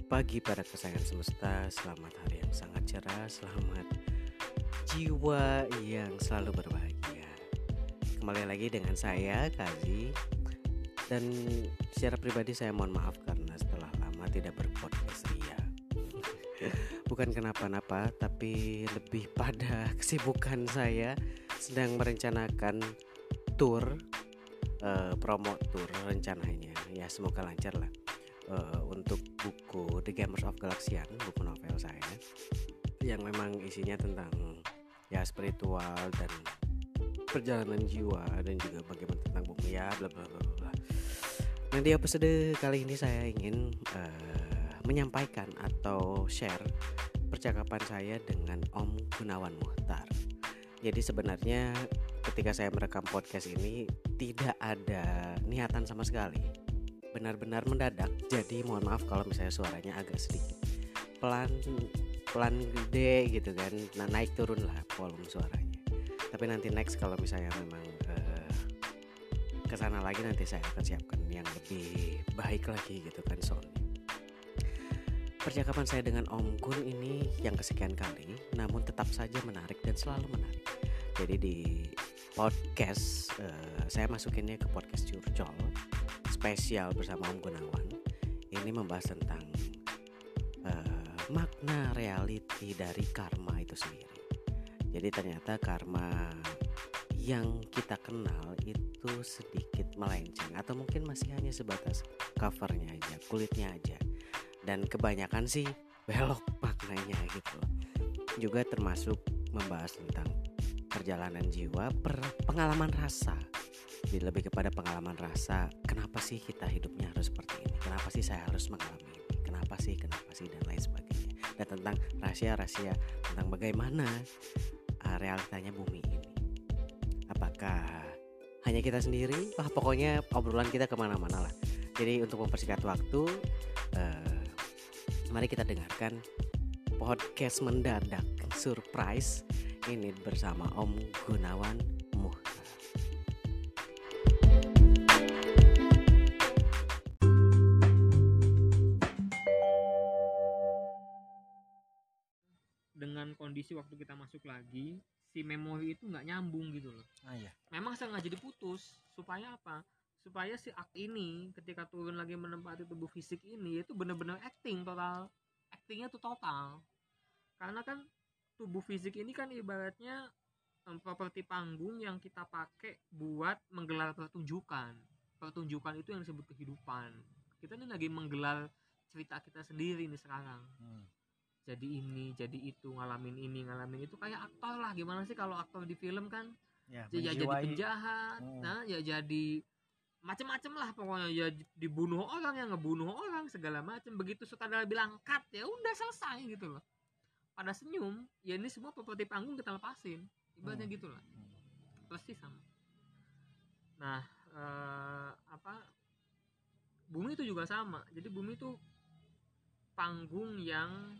pagi para kesayangan semesta, selamat hari yang sangat cerah, selamat jiwa yang selalu berbahagia. Kembali lagi dengan saya, Kazi. Dan secara pribadi saya mohon maaf karena setelah lama tidak berpodcast ria. Bukan kenapa-napa, tapi lebih pada kesibukan saya sedang merencanakan tour, promo tour rencananya. Ya semoga lancar lah. Untuk buku The Gamers of Galaxian, buku novel saya yang memang isinya tentang ya spiritual dan perjalanan jiwa dan juga bagaimana tentang bumi ya bla bla bla bla. Nah di episode kali ini saya ingin menyampaikan atau share percakapan saya dengan Om Gunawan Muhtar. Jadi sebenarnya ketika saya merekam podcast ini tidak ada niatan sama sekali, benar-benar mendadak. Jadi mohon maaf kalau misalnya suaranya agak sedikit pelan gede gitu kan. Nah naik turun lah volume suaranya. Tapi nanti next kalau misalnya memang kesana lagi nanti saya akan siapkan yang lebih baik lagi gitu kan soundnya. Percakapan saya dengan Om Gun ini yang kesekian kali, namun tetap saja menarik dan selalu menarik. Jadi di podcast saya masukinnya ke podcast Curcol spesial bersama Om Gunawan. Ini membahas tentang makna reality dari karma itu sendiri. Jadi ternyata karma yang kita kenal itu sedikit melenceng atau mungkin masih hanya sebatas covernya aja, kulitnya aja. Dan kebanyakan sih belok maknanya gitu. Juga termasuk membahas tentang perjalanan jiwa, pengalaman rasa. Jadi lebih kepada pengalaman rasa, kenapa sih kita hidupnya harus seperti ini, kenapa sih saya harus mengalami ini, kenapa sih dan lain sebagainya. Dan tentang rahasia-rahasia tentang bagaimana realitanya bumi ini. Apakah hanya kita sendiri? Wah pokoknya obrolan kita kemana-mana lah. Jadi untuk mempersingkat waktu, mari kita dengarkan podcast mendadak surprise ini bersama Om Gunawan Muhtar. Dengan kondisi waktu kita masuk lagi, si memori itu nggak nyambung gitu loh. Iya. Memang sengaja diputus supaya apa? Supaya si Ak ini ketika turun lagi menempati tubuh fisik ini itu benar-benar actingnya tuh total. Karena kan tubuh fisik ini kan ibaratnya properti panggung yang kita pakai buat menggelar pertunjukan. Pertunjukan itu yang disebut kehidupan. Kita ini lagi menggelar cerita kita sendiri nih sekarang. Jadi ini, jadi itu, ngalamin ini, ngalamin itu, kayak aktor lah. Gimana sih kalau aktor di film kan ya jadi penjahat, nah ya jadi macem-macem lah pokoknya, ya dibunuh orang, yang ngebunuh orang segala macem. Begitu sutradara bilang cut, ya udah selesai gitu loh. Pada senyum, ya ini semua properti panggung kita lepasin, ibaratnya gitu lah. Persis sama. Nah bumi itu juga sama. Jadi bumi itu panggung yang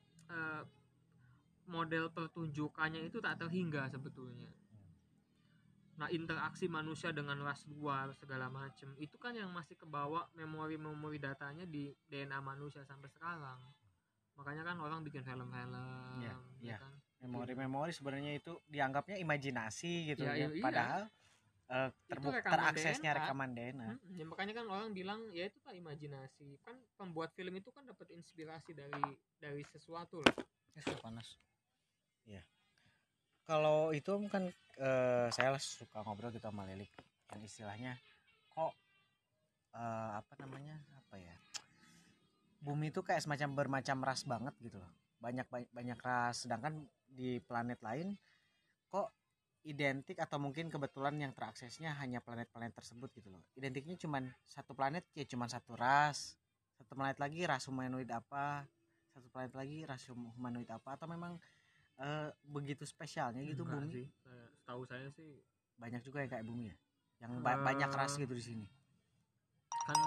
model pertunjukannya itu tak terhingga sebetulnya. Nah interaksi manusia dengan ras luar segala macam itu kan yang masih kebawa memori datanya di DNA manusia sampai sekarang. Makanya kan orang bikin film-film ya kan. Memori sebenarnya itu dianggapnya imajinasi gitu ya. Iya. Padahal teraksesnya rekaman DNA. Ya, makanya kan orang bilang ya itu kan imajinasi. Kan pembuat film itu kan dapat inspirasi dari sesuatu lah. Sudah panas. Ya. Kalau itu kan saya suka ngobrol gitu sama Lilik yang istilahnya kok bumi itu kayak semacam bermacam ras banget gitu loh. Banyak ras, sedangkan di planet lain kok identik atau mungkin kebetulan yang teraksesnya hanya planet-planet tersebut gitu loh. Identiknya cuma satu planet ya cuma satu ras. Satu planet lagi ras humanoid apa, satu planet lagi ras humanoid apa, atau memang begitu spesialnya gitu. Enggak bumi? Sih. Setahu saya sih banyak juga yang kayak bumi ya. Yang banyak ras gitu di sini. Kan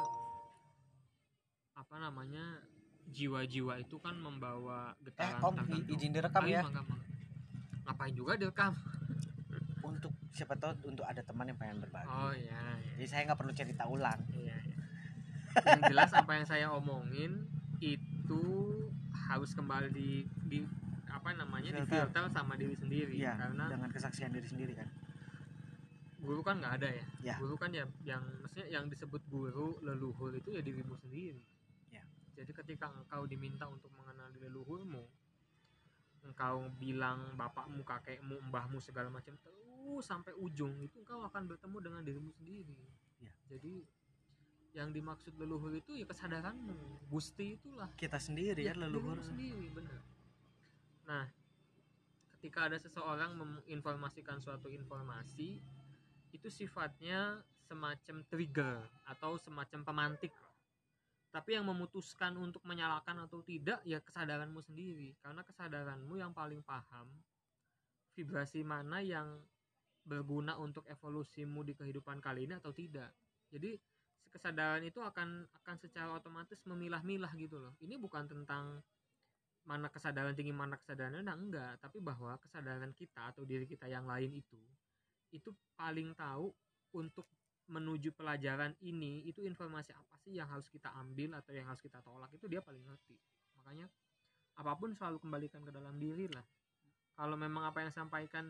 jiwa-jiwa itu kan membawa getaran. Om izin direkam ya. Ngapain juga direkam? Untuk siapa tahu untuk ada teman yang pengen berbagi. Oh iya. Jadi saya nggak perlu cerita ulang. Iya. Yang jelas apa yang saya omongin itu itu harus kembali di apa namanya Filter. difilter sama diri sendiri. Iya, Karena dengan kesaksian diri sendiri kan. guru kan nggak ada ya. Ya. Guru kan ya yang maksudnya yang disebut guru leluhur itu ya dirimu sendiri. Ya. Jadi ketika engkau diminta untuk mengenali leluhurmu, engkau bilang bapakmu, kakekmu, mbahmu segala macam terus sampai ujung, itu engkau akan bertemu dengan dirimu sendiri. Ya. Jadi yang dimaksud leluhur itu ya kesadaranmu. Gusti itulah Kita sendiri ya, kan leluhur. dirimu sendiri, benar. Nah, ketika ada seseorang menginformasikan suatu informasi, itu sifatnya semacam trigger atau semacam pemantik. Tapi yang memutuskan untuk menyalakan atau tidak ya kesadaranmu sendiri. Karena kesadaranmu yang paling paham vibrasi mana yang berguna untuk evolusimu di kehidupan kali ini atau tidak. Jadi kesadaran itu akan secara otomatis memilah-milah gitu loh. Ini bukan tentang mana kesadaran tinggi, mana kesadaran rendah, enggak, tapi bahwa kesadaran kita atau diri kita yang lain itu paling tahu untuk menuju pelajaran ini, itu informasi apa sih yang harus kita ambil atau yang harus kita tolak, itu dia paling ngerti. Makanya apapun selalu kembalikan ke dalam diri lah. Kalau memang apa yang sampaikan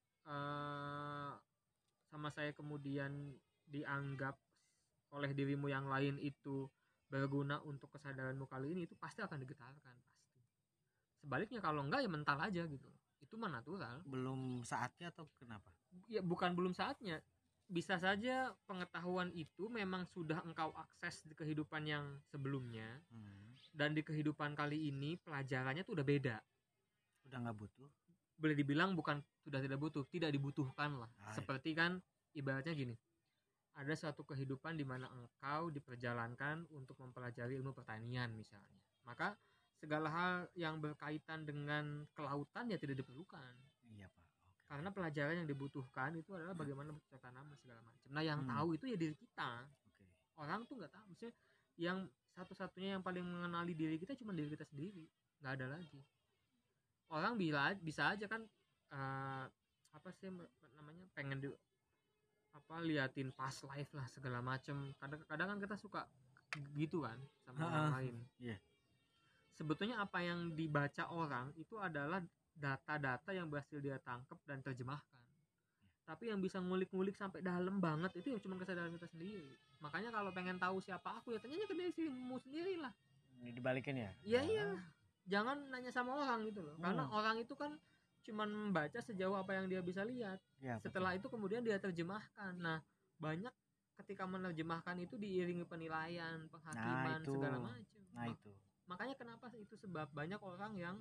sama saya kemudian dianggap oleh dirimu yang lain itu berguna untuk kesadaranmu kali ini, itu pasti akan digetarkan, pasti. Sebaliknya kalau enggak ya mental aja gitu. Itu mah natural. Belum saatnya atau kenapa? Ya bukan belum saatnya. Bisa saja pengetahuan itu memang sudah engkau akses di kehidupan yang sebelumnya, dan di kehidupan kali ini pelajarannya tuh udah beda. Udah nggak butuh. Boleh dibilang bukan sudah tidak butuh, tidak dibutuhkan lah. Seperti kan ibaratnya gini. Ada suatu kehidupan di mana engkau diperjalankan untuk mempelajari ilmu pertanian misalnya. Maka segala hal yang berkaitan dengan kelautan ya tidak diperlukan. Iya Pak. Okay. Karena pelajaran yang dibutuhkan itu adalah bagaimana bercocok tanam segala macam. Nah yang tahu itu ya diri kita. Okay. Orang tuh nggak tahu. Maksudnya yang satu-satunya yang paling mengenali diri kita cuma diri kita sendiri. Nggak ada lagi. Orang bisa aja kan apa sih namanya pengen liatin past life lah segala macem. Kadang-kadang kan kita suka gitu kan sama orang lain. Yeah. Sebetulnya apa yang dibaca orang itu adalah data-data yang berhasil dia tangkap dan terjemahkan. Tapi yang bisa ngulik-ngulik sampai dalam banget itu ya cuma kesadaran kita sendiri. Makanya kalau pengen tahu siapa aku ya tanyanya ke dirimu sendiri lah. Dibalikin ya? Iya iyalah. Jangan nanya sama orang gitu loh. Karena orang itu kan cuman membaca sejauh apa yang dia bisa lihat. Ya, setelah itu kemudian dia terjemahkan. Nah, banyak ketika menerjemahkan itu diiringi penilaian, penghakiman, segala macam. Itu. Makanya kenapa itu sebab banyak orang yang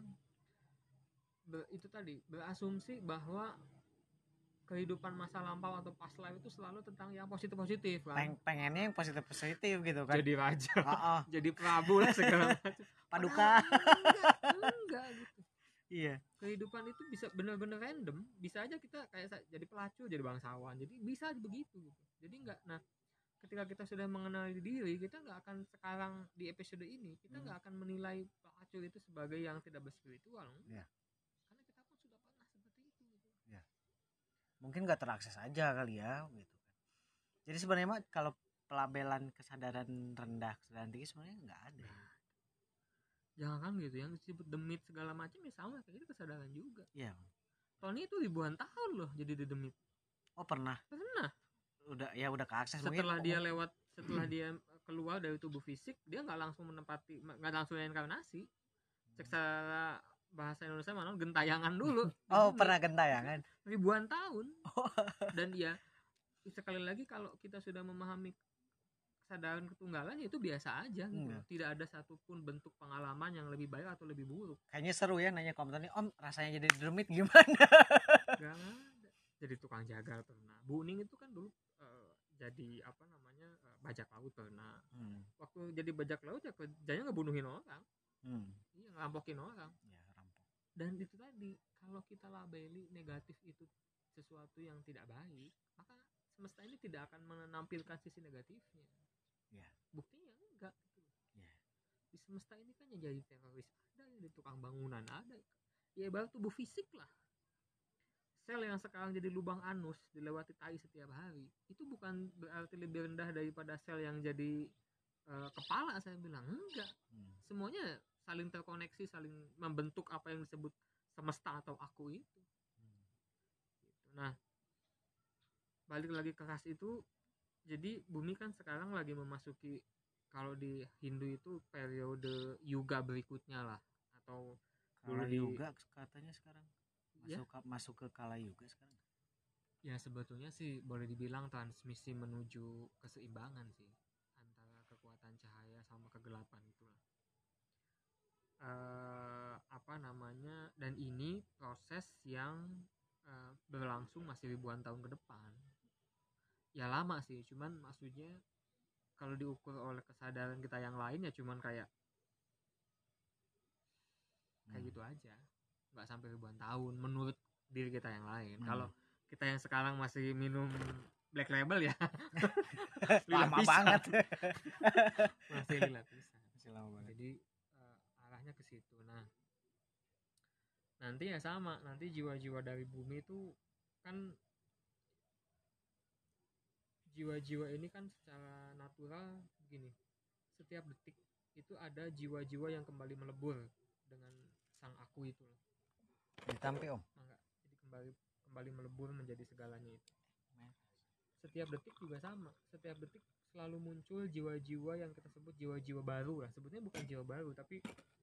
berasumsi bahwa kehidupan masa lampau atau past life itu selalu tentang yang positif-positif kan. Pengennya yang positif-positif gitu kan. Jadi raja, jadi prabu lah segala macam. Paduka. Enggak gitu. Iya. Kehidupan itu bisa benar-benar random, bisa aja kita kayak jadi pelacur, jadi bangsawan, jadi bisa begitu gitu. Jadi enggak. Nah, ketika kita sudah mengenali diri, kita nggak akan sekarang di episode ini kita nggak akan menilai pelacur itu sebagai yang tidak berspiritual. Ya. Karena kita pun sudah pernah seperti itu. Gitu. Ya. Mungkin nggak terakses aja kali ya, gitu kan. Jadi sebenarnya mah kalau pelabelan kesadaran rendah, kesadaran tinggi sebenarnya nggak ada. Jangan kan gitu yang disebut demit segala macam ya sama kayak itu kesadaran juga. Iya. Tony itu ribuan tahun loh jadi di demit. Oh pernah. Udah keakses. Setelah dia keluar dari tubuh fisik, dia nggak langsung nggak langsung reinkarnasi. Secara bahasa Indonesia mana gentayangan dulu. Pernah gentayangan ribuan tahun. Dan ya sekali lagi kalau kita sudah memahami kesadaran ketunggalan itu biasa aja gitu. Tidak ada satupun bentuk pengalaman yang lebih baik atau lebih buruk. Kayaknya seru ya nanya komentar nih, Om rasanya jadi demit gimana? Gak ada. Jadi tukang jagal pernah. Bu Ning itu kan dulu jadi bajak laut pernah. Waktu jadi bajak laut ya kerjanya ngebunuhin orang. Iya, ngerampokin orang. Ya, rampok. Dan itu tadi kalau kita labeli negatif itu sesuatu yang tidak baik, maka semesta ini tidak akan menampilkan sisi negatifnya. Ya. Buktinya enggak gitu. Ya. Di semesta ini kan yang jadi teroris ada, yang jadi tukang bangunan ada. Ya ibarat tubuh fisik lah. Sel yang sekarang jadi lubang anus dilewati tai setiap hari itu bukan berarti lebih rendah daripada sel yang jadi kepala, saya bilang enggak. Semuanya saling terkoneksi, saling membentuk apa yang disebut semesta atau aku itu. Gitu. Nah, balik lagi ke ras itu, jadi bumi kan sekarang lagi memasuki, kalau di Hindu itu periode yuga berikutnya lah, atau dulu Kala di Yuga katanya sekarang Ya. masuk ke Kala Yuga sekarang. ya sebetulnya sih boleh dibilang transmisi menuju keseimbangan sih antara kekuatan cahaya sama kegelapan itulah. Apa namanya, dan ini proses yang berlangsung masih ribuan tahun ke depan. Ya lama sih, cuman maksudnya kalau diukur oleh kesadaran kita yang lain ya cuman kayak gitu aja, nggak sampai ribuan tahun menurut diri kita yang lain. Kalau kita yang sekarang masih minum Black Label ya Lama banget. masih lila pisan. Masih lama banget. Jadi arahnya ke situ. Nah, nanti ya sama, nanti jiwa-jiwa dari bumi itu kan, jiwa-jiwa ini kan secara natural begini, setiap detik itu ada jiwa-jiwa yang kembali melebur dengan sang aku itu loh. Ditampi Om. Enggak, jadi kembali melebur menjadi segalanya itu. Setiap detik juga sama, setiap detik selalu muncul jiwa-jiwa yang kita sebut jiwa-jiwa baru lah. Sebetulnya bukan jiwa baru, tapi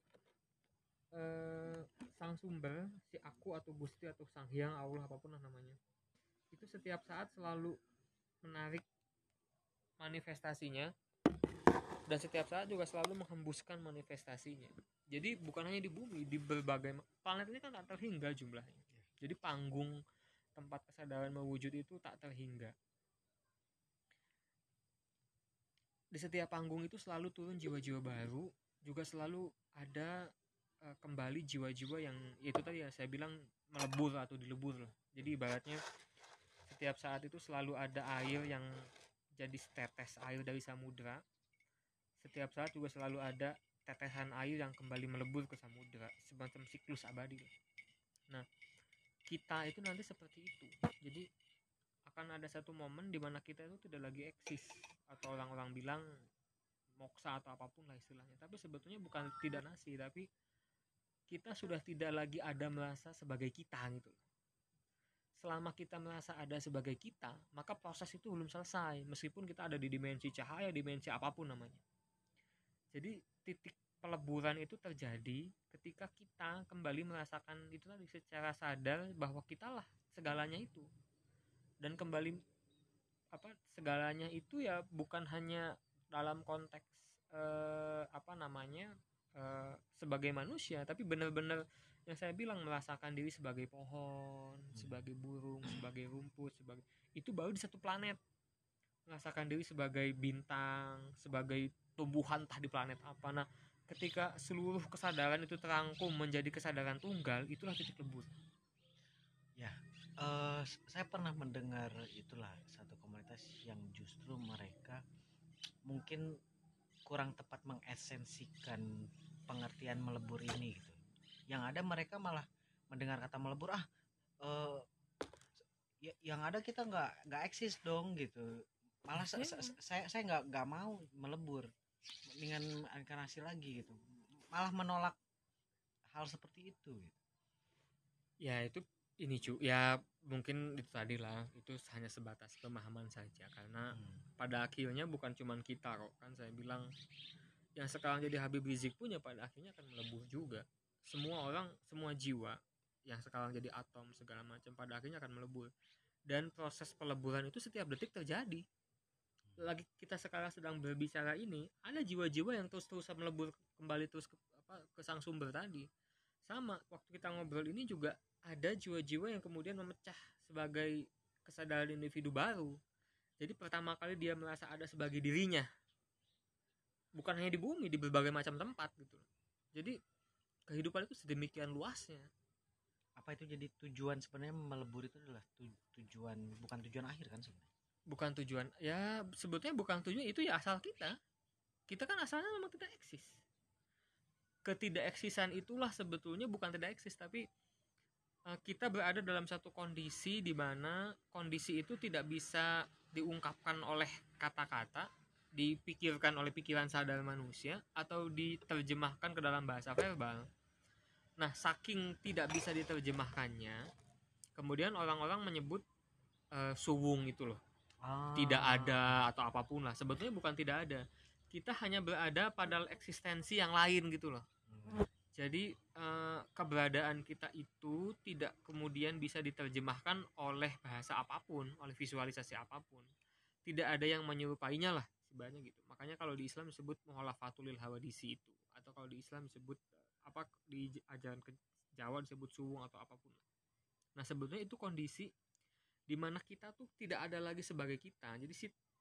sang sumber, si aku atau Gusti atau Sang Hyang, Allah, apapun lah namanya, itu setiap saat selalu menarik manifestasinya, dan setiap saat juga selalu menghembuskan manifestasinya. Jadi bukan hanya di bumi, di berbagai planet ini kan tak terhingga jumlahnya. Jadi panggung tempat kesadaran mewujud itu tak terhingga. Di setiap panggung itu selalu turun jiwa-jiwa baru, juga selalu ada kembali jiwa-jiwa yang itu tadi ya saya bilang melebur atau dilebur lah. Jadi ibaratnya setiap saat itu selalu ada air yang jadi tetes air dari samudra. Setiap saat juga selalu ada tetesan air yang kembali melebur ke samudra, semacam siklus abadi. Nah, kita itu nanti seperti itu. Jadi akan ada satu momen di mana kita itu tidak lagi eksis, atau orang-orang bilang moksa atau apapun lah istilahnya. Tapi sebetulnya bukan tidak nasi, tapi kita sudah tidak lagi ada merasa sebagai kita gitu. Selama kita merasa ada sebagai kita, maka proses itu belum selesai, meskipun kita ada di dimensi cahaya, dimensi apapun namanya. Jadi titik peleburan itu terjadi ketika kita kembali merasakan itu tadi secara sadar bahwa kitalah segalanya itu. Dan kembali segalanya itu ya bukan hanya dalam konteks sebagai manusia, tapi benar-benar yang saya bilang merasakan diri sebagai pohon, sebagai burung, sebagai rumput, sebagai itu baru di satu planet. Merasakan diri sebagai bintang, sebagai tumbuhan entah di planet apa. Nah, ketika seluruh kesadaran itu terangkum menjadi kesadaran tunggal, itulah titik lebur. Ya, saya pernah mendengar itulah satu komunitas yang justru mereka mungkin kurang tepat mengesensikan pengertian melebur ini gitu. Yang ada mereka malah mendengar kata melebur, yang ada kita nggak eksis dong gitu. Malah saya nggak mau melebur, mendingan inkarnasi lagi gitu. Malah menolak hal seperti itu gitu. Ya itu ini ya mungkin itu tadi lah, itu hanya sebatas pemahaman saja, karena pada akhirnya bukan cuman kita kok, kan saya bilang yang sekarang jadi Habib Rizik punya pada akhirnya akan melebur juga. Semua orang, semua jiwa yang sekarang jadi atom segala macam pada akhirnya akan melebur, dan proses peleburan itu setiap detik terjadi. Lagi kita sekarang sedang berbicara ini, ada jiwa-jiwa yang terus-terusan melebur kembali terus ke sang sumber tadi. Sama waktu kita ngobrol ini juga ada jiwa-jiwa yang kemudian memecah sebagai kesadaran individu baru. Jadi pertama kali dia merasa ada sebagai dirinya, bukan hanya di bumi, di berbagai macam tempat gitu. Jadi kehidupan itu sedemikian luasnya. Apa itu jadi tujuan sebenarnya melebur itu adalah tujuan, bukan tujuan akhir kan sebenarnya? Bukan tujuan, ya sebetulnya bukan tujuan, itu ya asal kita. Kita kan asalnya memang tidak eksis. Ketidakeksisan itulah sebetulnya bukan tidak eksis, tapi kita berada dalam satu kondisi di mana kondisi itu tidak bisa diungkapkan oleh kata-kata, dipikirkan oleh pikiran sadar manusia atau diterjemahkan ke dalam bahasa verbal. Nah, saking tidak bisa diterjemahkannya, kemudian orang-orang menyebut suwung itu loh. Tidak ada atau apapun lah. Sebetulnya bukan tidak ada. Kita hanya berada pada eksistensi yang lain gitu loh. Jadi keberadaan kita itu tidak kemudian bisa diterjemahkan oleh bahasa apapun, oleh visualisasi apapun. Tidak ada yang menyerupainya lah sebenarnya gitu. Makanya kalau di Islam disebut muhalafatul hawadisi itu, atau kalau di Islam disebut apa, di ajaran ke Jawa disebut suwung atau apapun. Nah, sebetulnya itu kondisi di mana kita tuh tidak ada lagi sebagai kita. Jadi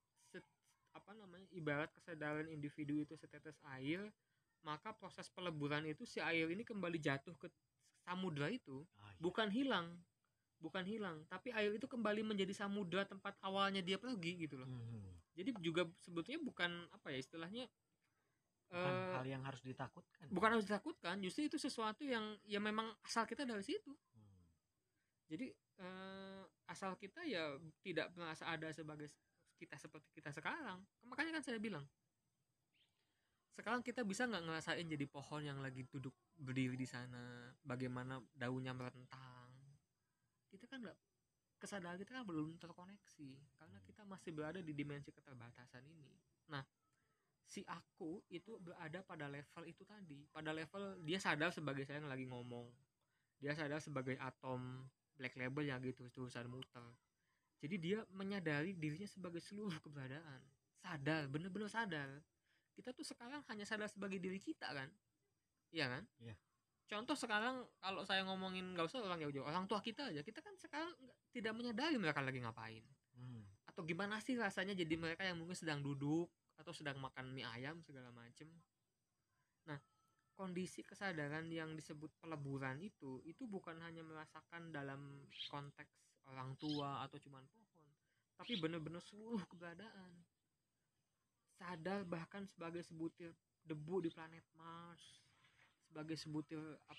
ibarat kesadaran individu itu setetes air, maka proses peleburan itu si air ini kembali jatuh ke samudra itu, bukan hilang, tapi air itu kembali menjadi samudra tempat awalnya dia pergi gitu loh. Jadi juga sebetulnya bukan apa ya istilahnya, bukan hal yang harus ditakutkan. Bukan harus ditakutkan, justru itu sesuatu yang ya memang asal kita dari situ. Jadi asal kita ya tidak merasa ada sebagai kita seperti kita sekarang. Makanya kan saya bilang, sekarang kita bisa nggak ngerasain jadi pohon yang lagi duduk berdiri di sana, bagaimana daunnya merentang. Kita kan nggak, kesadaran kita kan belum terkoneksi karena kita masih berada di dimensi keterbatasan ini. Nah, si aku itu berada pada level itu tadi, pada level dia sadar sebagai saya yang lagi ngomong, dia sadar sebagai atom black label yang gitu terusan muter. Jadi dia menyadari dirinya sebagai seluruh keberadaan, sadar, bener-bener sadar. Kita tuh sekarang hanya sadar sebagai diri kita kan, iya kan? Iya. Contoh sekarang kalau saya ngomongin, nggak usah orang jauh-jauh, orang tua kita aja, kita kan sekarang tidak menyadari mereka lagi ngapain, atau gimana sih rasanya jadi mereka yang mungkin sedang duduk atau sedang makan mie ayam segala macem. Nah, kondisi kesadaran yang disebut peleburan itu bukan hanya merasakan dalam konteks orang tua atau cuman pohon, tapi benar-benar seluruh keberadaan. Sadar bahkan sebagai sebutir debu di planet Mars, sebagai sebutir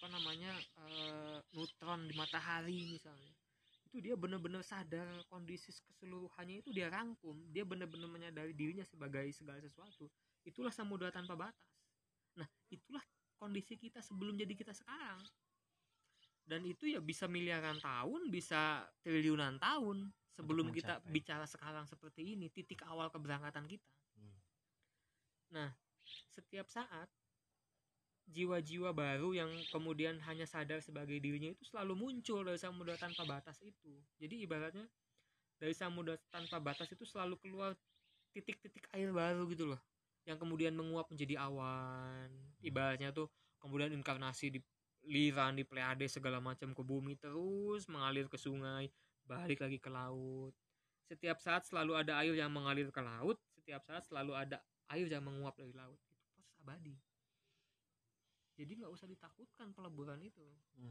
neutron di matahari misalnya. Itu dia benar-benar sadar kondisi keseluruhannya, itu dia rangkum, dia benar-benar menyadari dirinya sebagai segala sesuatu. Itulah samudra tanpa batas. Nah, itulah kondisi kita sebelum jadi kita sekarang. Dan itu ya bisa miliaran tahun, bisa triliunan tahun sebelum kita bicara sekarang seperti ini, titik awal keberangkatan kita. Nah, setiap saat jiwa-jiwa baru yang kemudian hanya sadar sebagai dirinya itu selalu muncul dari samudra tanpa batas itu. Jadi ibaratnya dari samudra tanpa batas itu selalu keluar titik-titik air baru gitu loh, yang kemudian menguap menjadi awan. Ibaratnya tuh kemudian inkarnasi di liran, di Pleiade segala macam ke bumi, terus mengalir ke sungai, balik lagi ke laut. Setiap saat selalu ada air yang mengalir ke laut, setiap saat selalu ada air yang menguap dari laut. Itu proses abadi. Jadi nggak usah ditakutkan peleburan itu.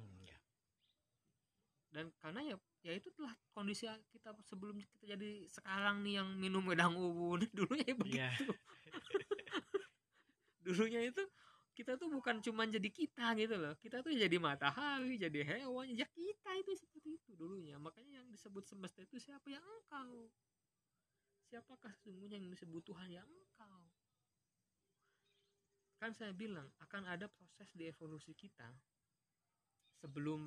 Dan karena ya itu telah kondisi kita sebelum kita jadi sekarang nih yang minum wedang uwun. Dulunya ya begitu. Dulunya itu kita tuh bukan cuma jadi kita gitu loh, kita tuh jadi matahari, jadi hewan, ya kita itu seperti itu dulunya. Makanya yang disebut semesta itu siapa? Ya engkau. Siapakah sesungguhnya yang disebut Tuhan? Ya engkau. Kan saya bilang akan ada proses di evolusi kita sebelum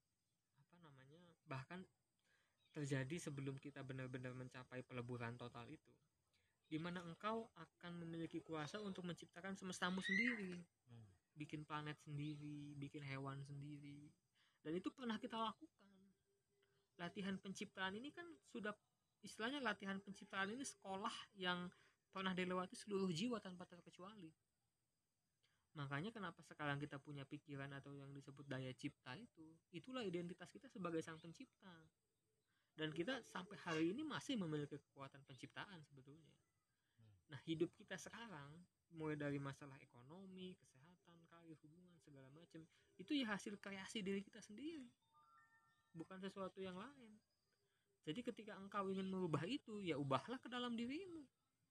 bahkan terjadi sebelum kita benar-benar mencapai peleburan total itu, di mana engkau akan memiliki kuasa untuk menciptakan semestamu sendiri, bikin planet sendiri, bikin hewan sendiri. Dan itu pernah kita lakukan. Latihan penciptaan ini kan sudah, istilahnya latihan penciptaan ini sekolah yang pernah dilewati seluruh jiwa tanpa terkecuali. Makanya kenapa sekarang kita punya pikiran atau yang disebut daya cipta itu, itulah identitas kita sebagai sang pencipta. Dan kita sampai hari ini masih memiliki kekuatan penciptaan sebetulnya. Nah, hidup kita sekarang mulai dari masalah ekonomi, kesehatan, karir, hubungan segala macam, itu ya hasil kreasi diri kita sendiri, bukan sesuatu yang lain. Jadi ketika engkau ingin merubah itu, ya ubahlah ke dalam dirimu.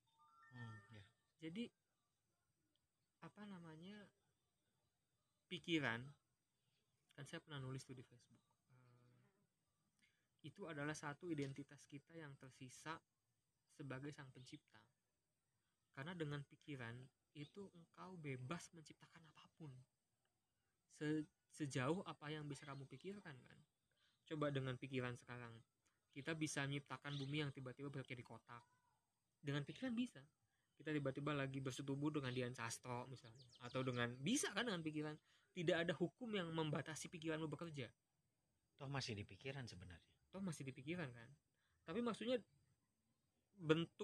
Jadi pikiran, kan saya pernah nulis tuh di Facebook, itu adalah satu identitas kita yang tersisa sebagai sang pencipta. Karena dengan pikiran itu engkau bebas menciptakan apapun. Sejauh apa yang bisa kamu pikirkan kan. Coba dengan pikiran sekarang, kita bisa menciptakan bumi yang tiba-tiba jadi kotak. Dengan pikiran bisa. Kita tiba-tiba lagi bersetubuh dengan Dian Sastro misalnya, atau bisa kan dengan pikiran. Tidak ada hukum yang membatasi pikiranmu bekerja. Toh masih di pikiran sebenarnya. Toh masih di pikiran kan. Tapi maksudnya bentuk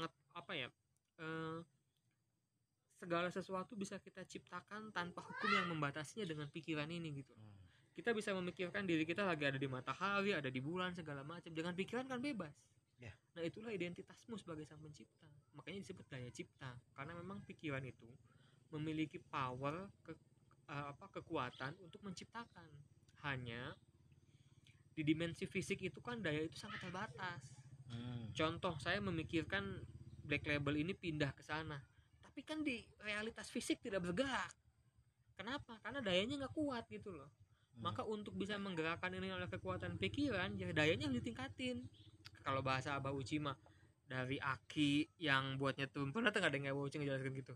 segala sesuatu bisa kita ciptakan tanpa hukum yang membatasinya dengan pikiran ini gitu. Kita bisa memikirkan diri kita lagi ada di matahari, ada di bulan, segala macam. Dengan pikiran kan bebas. Ya. Nah itulah identitasmu sebagai sang pencipta. Makanya disebut daya cipta. Karena memang pikiran itu memiliki power, kekuatan untuk menciptakan. Hanya di dimensi fisik itu kan daya itu sangat terbatas. Contoh, saya memikirkan black label ini pindah ke sana, tapi kan di realitas fisik tidak bergerak. Kenapa? Karena dayanya nggak kuat gitu loh. Maka untuk bisa menggerakkan ini oleh kekuatan pikiran, ya dayanya harus ditingkatin. Kalau bahasa Abah Uci mah dari aki yang buatnya turun, pernah nggak dengar Abah Uci ngejelasin gitu?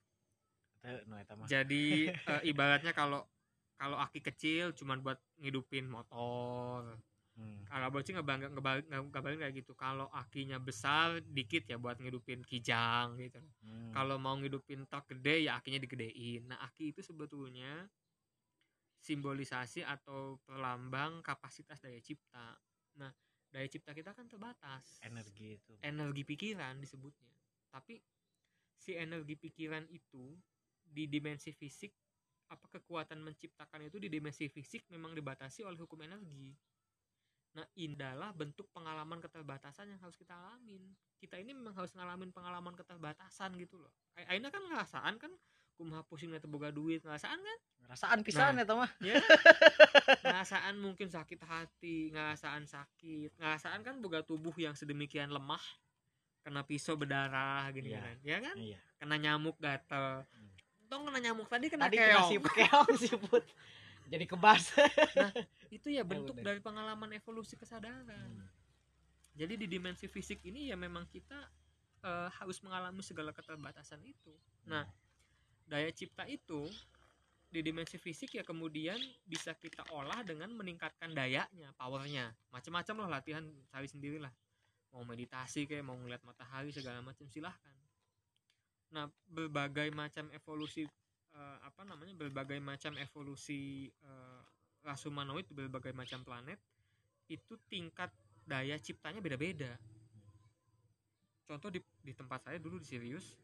Jadi ibaratnya kalau aki kecil cuman buat ngidupin motor. Kalau Abah Uci ngabarin kayak gitu. Kalau akinya besar dikit ya buat ngidupin kijang gitu. Kalau mau ngidupin truk gede ya akinya digedein. Nah aki itu sebetulnya simbolisasi atau perlambang kapasitas daya cipta. Nah daya cipta kita kan terbatas. Energi pikiran disebutnya. Tapi si energi pikiran itu di dimensi fisik, kekuatan menciptakan itu di dimensi fisik memang dibatasi oleh hukum energi. Nah, indalah bentuk pengalaman keterbatasan yang harus kita alamin. Kita ini memang harus ngalamin pengalaman keterbatasan gitu loh. Aina kan ngerasaan kan kumaha pusingnya teboga duit, ngerasaan kan? Ngerasaan pisan eta mah. Ya. Ngerasaan mungkin sakit hati, ngerasaan sakit, ngerasaan kan boga tubuh yang sedemikian lemah. Kena pisau berdarah gini kan. Ya kan? Iya. Kena nyamuk gatel. Tong kena nyamuk tadi kena keong siput. Jadi kebas. Nah itu ya bentuk dari pengalaman evolusi kesadaran. Jadi di dimensi fisik ini ya memang kita harus mengalami segala keterbatasan itu. Nah daya cipta itu di dimensi fisik ya kemudian bisa kita olah dengan meningkatkan dayanya, powernya. Macam-macam lah latihan, cari sendirilah. Mau meditasi kayak mau ngeliat matahari segala macam silahkan. Nah berbagai macam evolusi berbagai macam evolusi ras humanoid di berbagai macam planet itu tingkat daya ciptanya beda-beda. Contoh di tempat saya dulu di Sirius,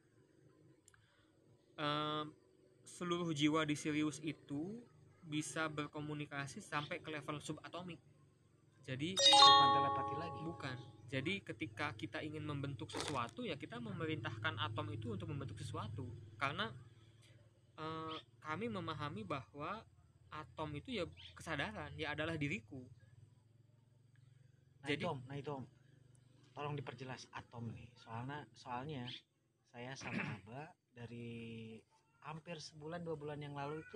seluruh jiwa di Sirius itu bisa berkomunikasi sampai ke level subatomik. Jadi bukan telepati lagi. Bukan. Jadi ketika kita ingin membentuk sesuatu ya kita memerintahkan atom itu untuk membentuk sesuatu. Karena kami memahami bahwa atom itu ya kesadaran, ya adalah diriku. Jadi itu om, tolong diperjelas atom nih. Soalnya saya sama Abah dari hampir sebulan 2 bulan yang lalu itu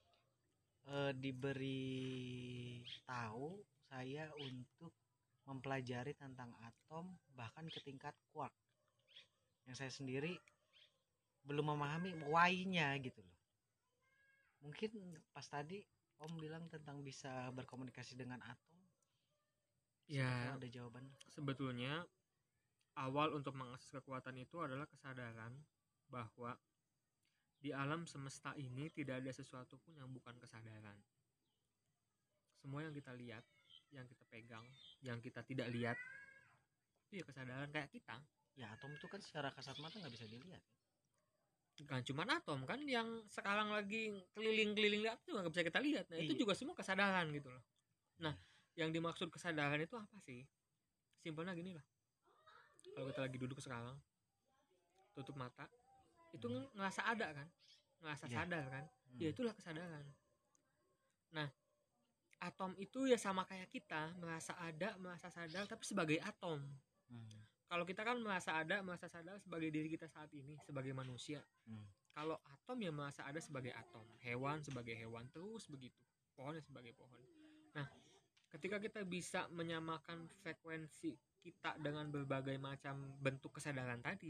diberi tahu saya untuk mempelajari tentang atom bahkan ke tingkat quark. Yang saya sendiri belum memahami why-nya gitu loh. Mungkin pas tadi Om bilang tentang bisa berkomunikasi dengan atom. Ya, ada jawaban. Sebetulnya awal untuk mengakses kekuatan itu adalah kesadaran bahwa di alam semesta ini tidak ada sesuatu pun yang bukan kesadaran. Semua yang kita lihat, yang kita pegang, yang kita tidak lihat itu ya kesadaran kayak kita. Ya atom itu kan secara kasat mata nggak bisa dilihat. Kan cuma atom kan yang sekarang lagi keliling-keliling lihat juga nggak bisa kita lihat. Nah itu juga semua kesadaran gitu loh. Nah yang dimaksud kesadaran itu apa sih? Simpelnya gini lah. Kalau kita lagi duduk sekarang, tutup mata, itu ngerasa ada kan, ngerasa sadar kan, ya itulah kesadaran. Nah atom itu ya sama kayak kita, merasa ada, merasa sadar, tapi sebagai atom. Kalau kita kan merasa ada, merasa sadar sebagai diri kita saat ini, sebagai manusia. Kalau atom ya merasa ada sebagai atom, hewan sebagai hewan, terus begitu, pohon sebagai pohon. Nah, ketika kita bisa menyamakan frekuensi kita dengan berbagai macam bentuk kesadaran tadi,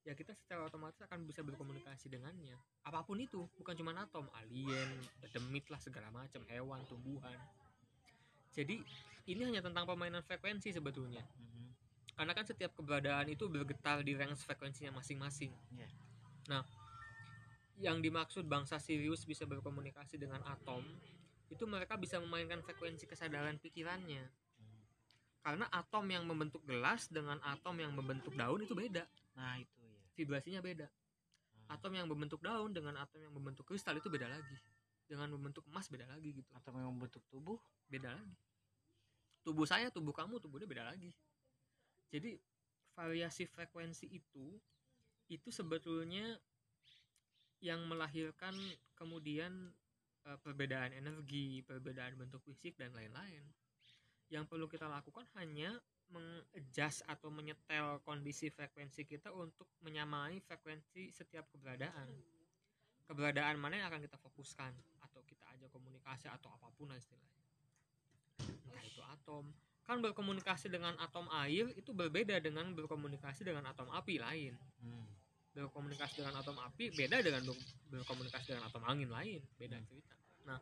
ya kita secara otomatis akan bisa berkomunikasi dengannya. Apapun itu, bukan cuma atom, alien, demit lah, segala macam, hewan, tumbuhan. Jadi ini hanya tentang permainan frekuensi sebetulnya. Karena kan setiap keberadaan itu bergetar di range frekuensinya masing-masing. Yeah. Nah, yang dimaksud bangsa Sirius bisa berkomunikasi dengan atom, itu mereka bisa memainkan frekuensi kesadaran pikirannya. Karena atom yang membentuk gelas dengan atom yang membentuk daun itu beda. Nah itu ya. Vibrasinya beda. Atom yang membentuk daun dengan atom yang membentuk kristal itu beda lagi. Dengan membentuk emas beda lagi gitu. Atom yang membentuk tubuh beda lagi. Tubuh saya, tubuh kamu, tubuhnya beda lagi. Jadi variasi frekuensi itu sebetulnya yang melahirkan kemudian perbedaan energi, perbedaan bentuk fisik dan lain-lain. Yang perlu kita lakukan hanya mengadjust atau menyetel kondisi frekuensi kita untuk menyamai frekuensi setiap keberadaan. Keberadaan mana yang akan kita fokuskan atau kita ajak komunikasi atau apapun lah istilahnya. Entah itu atom, kan berkomunikasi dengan atom air itu berbeda dengan berkomunikasi dengan atom api lain. Berkomunikasi dengan atom api beda dengan berkomunikasi dengan atom angin lain, beda cerita. Nah,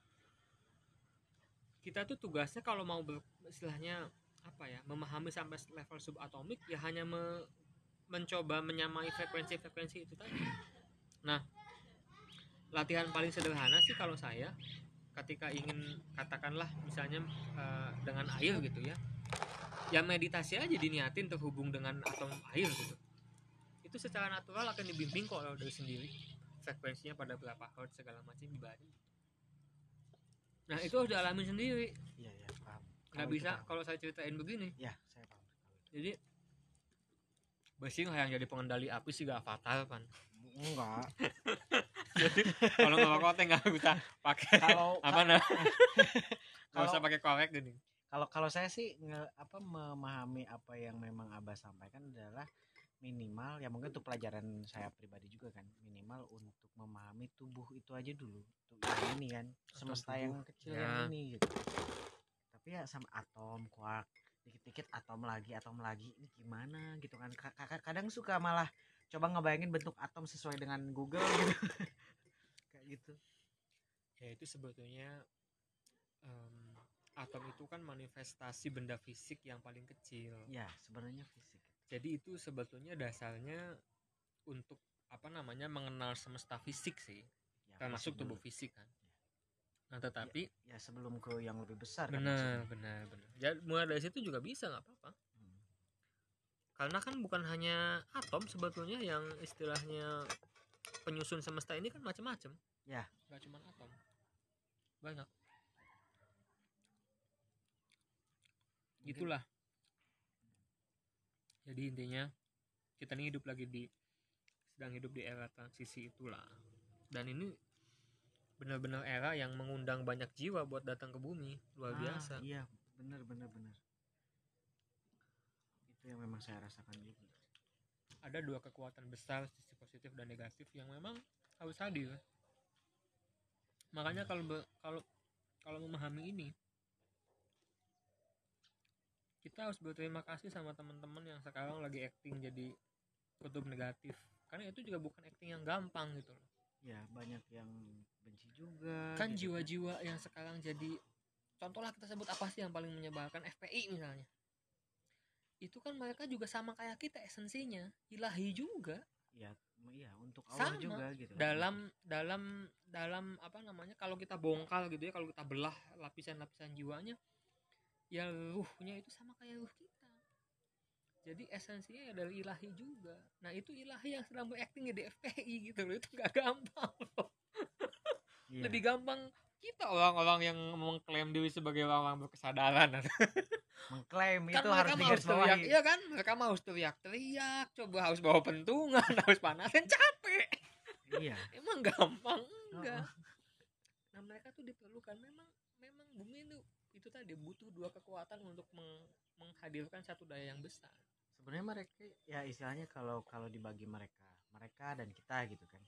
kita tuh tugasnya kalau mau istilahnya apa ya, memahami sampai level subatomik ya hanya mencoba menyamai frekuensi itu tadi. Nah, latihan paling sederhana sih kalau saya ketika ingin katakanlah misalnya dengan air gitu ya, ya meditasi aja diniatin terhubung dengan atom air gitu. Itu secara natural akan dibimbing kok dari sendiri frekuensinya pada berapa hertz segala macam dibagi. Nah itu harus dialami sendiri. Iya paham. Nggak bisa kalau saya ceritain begini. Ya saya paham. Jadi Basing yang jadi pengendali api sih gak fatal kan? Enggak. Jadi kalau ngerokok teh nggak usah pakai apa nah? Nggak usah pakai korek gini. Kalau saya sih memahami apa yang memang Abah sampaikan adalah minimal ya mungkin untuk pelajaran saya pribadi juga kan, minimal untuk memahami tubuh itu aja dulu, tuh yang ini kan semesta yang kecil ya. Yang ini gitu. Tapi ya sama atom, quark, dikit-dikit atom lagi ini gimana gitu kan. Kadang suka malah coba ngebayangin bentuk atom sesuai dengan Google gitu. Kayak gitu ya. Itu sebetulnya atom itu kan manifestasi benda fisik yang paling kecil ya, sebenarnya fisik. Jadi itu sebetulnya dasarnya untuk apa namanya mengenal semesta fisik sih ya, termasuk tubuh fisik kan ya. Nah tetapi ya sebelum ke yang lebih besar benar. Ya mulai dari situ juga bisa nggak apa-apa. Karena kan bukan hanya atom sebetulnya yang istilahnya penyusun semesta ini kan macam-macam ya, nggak cuma atom, banyak. Gitulah. Jadi intinya kita nih sedang hidup di era transisi itulah. Dan ini benar-benar era yang mengundang banyak jiwa buat datang ke bumi, luar biasa. Iya, benar. Itu yang memang saya rasakan juga. Ada dua kekuatan besar, sisi positif dan negatif yang memang harus hadir. Makanya kalau memahami ini, kita harus berterima kasih sama teman-teman yang sekarang lagi acting jadi kutub negatif, karena itu juga bukan acting yang gampang gitu loh. Ya banyak yang benci juga kan gitu. Jiwa-jiwa yang sekarang jadi, contohlah kita sebut apa sih yang paling menyebalkan, FPI misalnya. Itu kan mereka juga sama kayak kita, esensinya ilahi juga. Iya untuk Allah sama juga gitu. Dalam apa namanya, kalau kita bongkar gitu ya, kalau kita belah lapisan-lapisan jiwanya, ya ruhnya itu sama kayak ruh kita. Jadi esensinya ya dari ilahi juga. Nah itu ilahi yang sedang berakting di FPI gitu loh. Itu gak gampang loh. Yeah. Lebih gampang kita orang-orang yang mengklaim diri sebagai orang berkesadaran. Mengklaim kan itu harus digarisbawahi. Iya kan, mereka mau teriak-teriak, coba harus bawa pentungan, harus panasin, capek. Iya. Emang gampang enggak? Nah mereka tuh diperlukan, memang bumi itu tadi butuh dua kekuatan untuk menghadirkan satu daya yang besar. Sebenarnya mereka ya istilahnya kalau dibagi mereka dan kita gitu kan.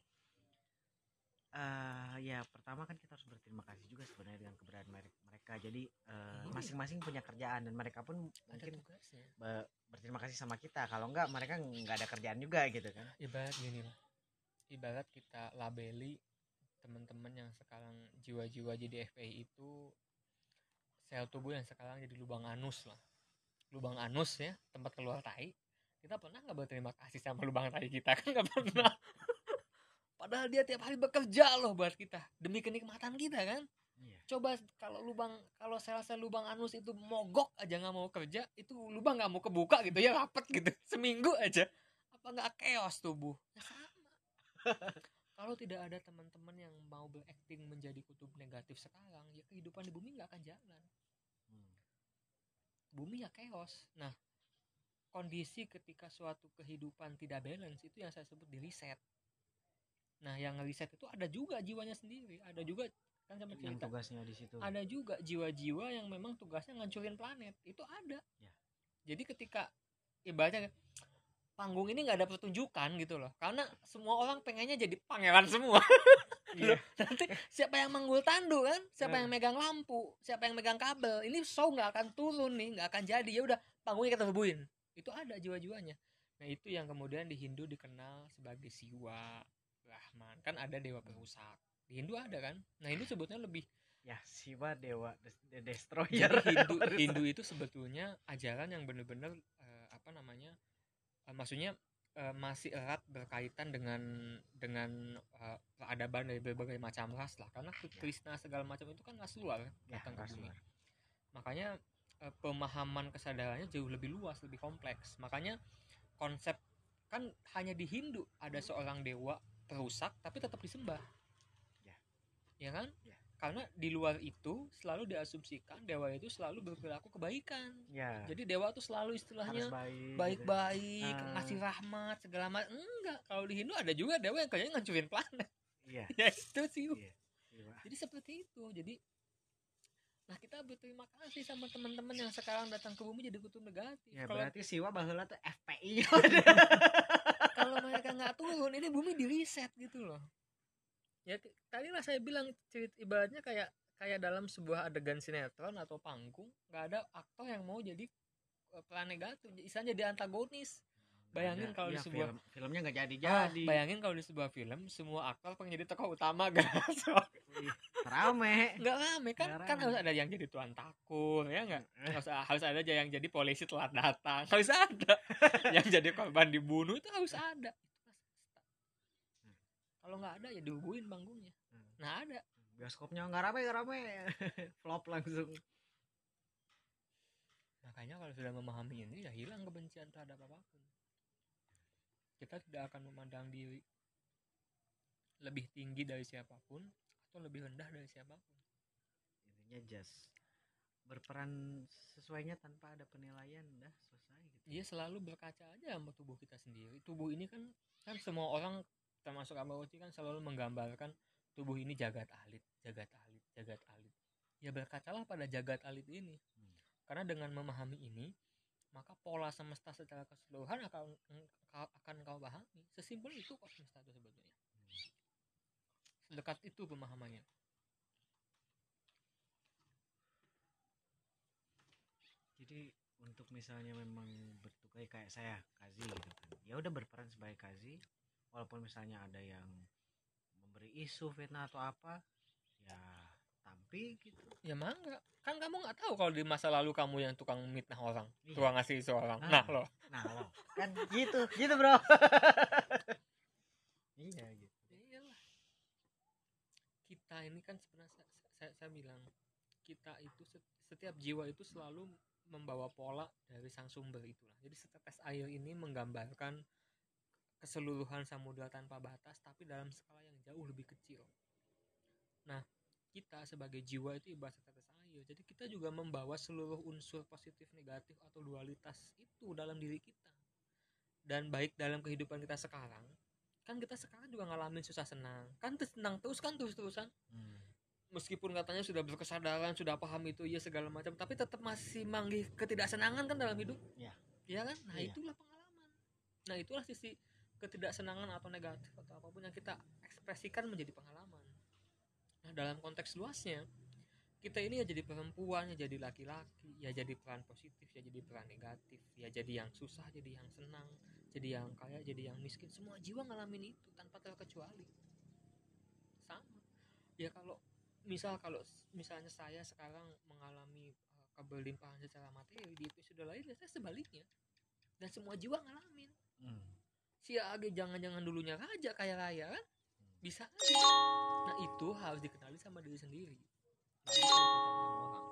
Ya pertama kan kita harus berterima kasih juga sebenarnya dengan keberadaan mereka. Jadi masing-masing punya kerjaan dan mereka pun mungkin berterima kasih sama kita. Kalau enggak mereka nggak ada kerjaan juga gitu kan. Ibarat gini lah, ibarat kita labeli teman-teman yang sekarang jiwa-jiwa jadi FPI itu sel tubuh yang sekarang jadi lubang anus lah, lubang anus ya, tempat keluar tai. Kita pernah nggak berterima kasih sama lubang tai kita? Kan nggak pernah. Padahal dia tiap hari bekerja loh buat kita demi kenikmatan kita kan. Iya. Coba kalau sel-sel lubang anus itu mogok aja nggak mau kerja, itu lubang nggak mau kebuka gitu ya, rapet gitu seminggu aja, apa nggak chaos tubuh? Ya sama. Kalau tidak ada teman-teman yang mau berakting menjadi kutub negatif sekarang, ya kehidupan di bumi nggak akan jalan. Bumi ya chaos. Nah, kondisi ketika suatu kehidupan tidak balance itu yang saya sebut di reset. Nah, yang reset itu ada juga jiwanya sendiri, ada juga kan sama Yang cerita. tugasnya di situ. Ada juga jiwa-jiwa yang memang tugasnya ngancurin planet. Itu ada. Ya. Jadi ketika ibaratnya panggung ini nggak ada pertunjukan gitu loh. Karena semua orang pengennya jadi pangeran semua. Iya. Nanti siapa yang manggul tandu kan? Siapa yang megang lampu? Siapa yang megang kabel? Ini show nggak akan turun nih, nggak akan jadi. Ya udah, panggungnya kita rebuin. Itu ada jiwa-jiwanya. Nah, itu yang kemudian di Hindu dikenal sebagai Siwa, Brahman. Kan ada dewa perusak. Di Hindu ada kan? Nah, Hindu sebutnya lebih Ya, Siwa dewa the destroyer. jadi Hindu itu sebetulnya ajaran yang benar-benar maksudnya masih erat berkaitan dengan peradaban dari berbagai macam ras lah, karena Krishna segala macam itu kan ras luar datang ke bumi. Makanya pemahaman kesadarannya jauh lebih luas, lebih kompleks. Makanya konsep kan hanya di Hindu ada seorang dewa perusak tapi tetap disembah. Ya kan? Karena di luar itu selalu diasumsikan dewa itu selalu berperilaku kebaikan. Ya. Jadi dewa itu selalu istilahnya baik-baik, ngasih rahmat segala macam. Enggak, kalau di Hindu ada juga dewa yang kayaknya ngancurin planet. Iya. Ya itu sih. Iya. Jadi seperti itu. Jadi nah, kita berterima kasih sama teman-teman yang sekarang datang ke bumi jadi kutub negatif. Ya, berarti Siwa baheula tuh FPI. Kalau mereka nggak turun, ini bumi di reset gitu loh. Ya tadi lah saya bilang ibaratnya kayak dalam sebuah adegan sinetron atau panggung, nggak ada aktor yang mau jadi peran negatif, istilahnya jadi antagonis. Bayangin kalau di sebuah filmnya nggak jadi. Bayangin kalau di sebuah film semua aktor pengen jadi tokoh utama gak rame. Nggak rame kan harus ada yang jadi tuan takur ya nggak harus ada yang jadi polisi telat datang, harus ada yang jadi korban dibunuh, itu harus ada. Kalau nggak ada ya dihubuin panggungnya. Nah, ada bioskopnya nggak rame flop langsung. Makanya kalau sudah memahami ini ya hilang kebencian terhadap apapun. Kita tidak akan memandang diri lebih tinggi dari siapapun atau lebih rendah dari siapapun. Intinya just berperan sesuainya tanpa ada penilaian, dah selesai gitu. Dia selalu berkaca aja sama tubuh kita sendiri. Tubuh ini kan semua orang termasuk Amawati kan selalu menggambarkan tubuh ini jagat alit. Ya berkacalah pada jagat alit ini. Karena dengan memahami ini, maka pola semesta secara keseluruhan akan kau pahami. Sesimpel itu kok semesta itu sebetulnya. Sedekat itu pemahamannya. Jadi untuk misalnya memang bertugas kayak saya Kazi gitu kan, ya udah berperan sebagai Kazi. Walaupun misalnya ada yang memberi isu fitnah atau apa, ya tampi gitu. Ya mangga. Kan kamu nggak tahu kalau di masa lalu kamu yang tukang mitnah orang, tukang ngasih isu orang. Nah lo. Kan gitu bro. Iya gitu. Iyalah. Kita ini kan sebenarnya saya bilang kita itu setiap jiwa itu selalu membawa pola dari sang sumber itulah. Jadi setetes air ini menggambarkan keseluruhan samudra tanpa batas, tapi dalam skala yang jauh lebih kecil. Nah, kita sebagai jiwa itu ibarat setetes air. Jadi kita juga membawa seluruh unsur positif negatif atau dualitas itu dalam diri kita. Dan baik dalam kehidupan kita sekarang, kan kita sekarang juga ngalamin susah senang. Kan senang terus kan terus-terusan. Meskipun katanya sudah berkesadaran, sudah paham itu ya segala macam, tapi tetap masih manggih ketidaksenangan kan dalam hidup. Iya kan? Nah, itulah pengalaman. Nah, itulah sisi ketidaksenangan atau negatif atau apapun yang kita ekspresikan menjadi pengalaman. Nah, dalam konteks luasnya kita ini ya jadi perempuan, ya jadi laki-laki, ya jadi peran positif, ya jadi peran negatif, ya jadi yang susah, jadi yang senang, jadi yang kaya, jadi yang miskin. Semua jiwa ngalamin itu tanpa terkecuali. Sama. Ya kalau misalnya saya sekarang mengalami keberlimpahan secara materi, di episode lain saya sebaliknya. Dan semua jiwa ngalamin. Si Age jangan-jangan dulunya raja kaya raya kan? Bisa aja. Nah itu harus dikenali sama diri sendiri. Nggak bisa dikatain sama orang.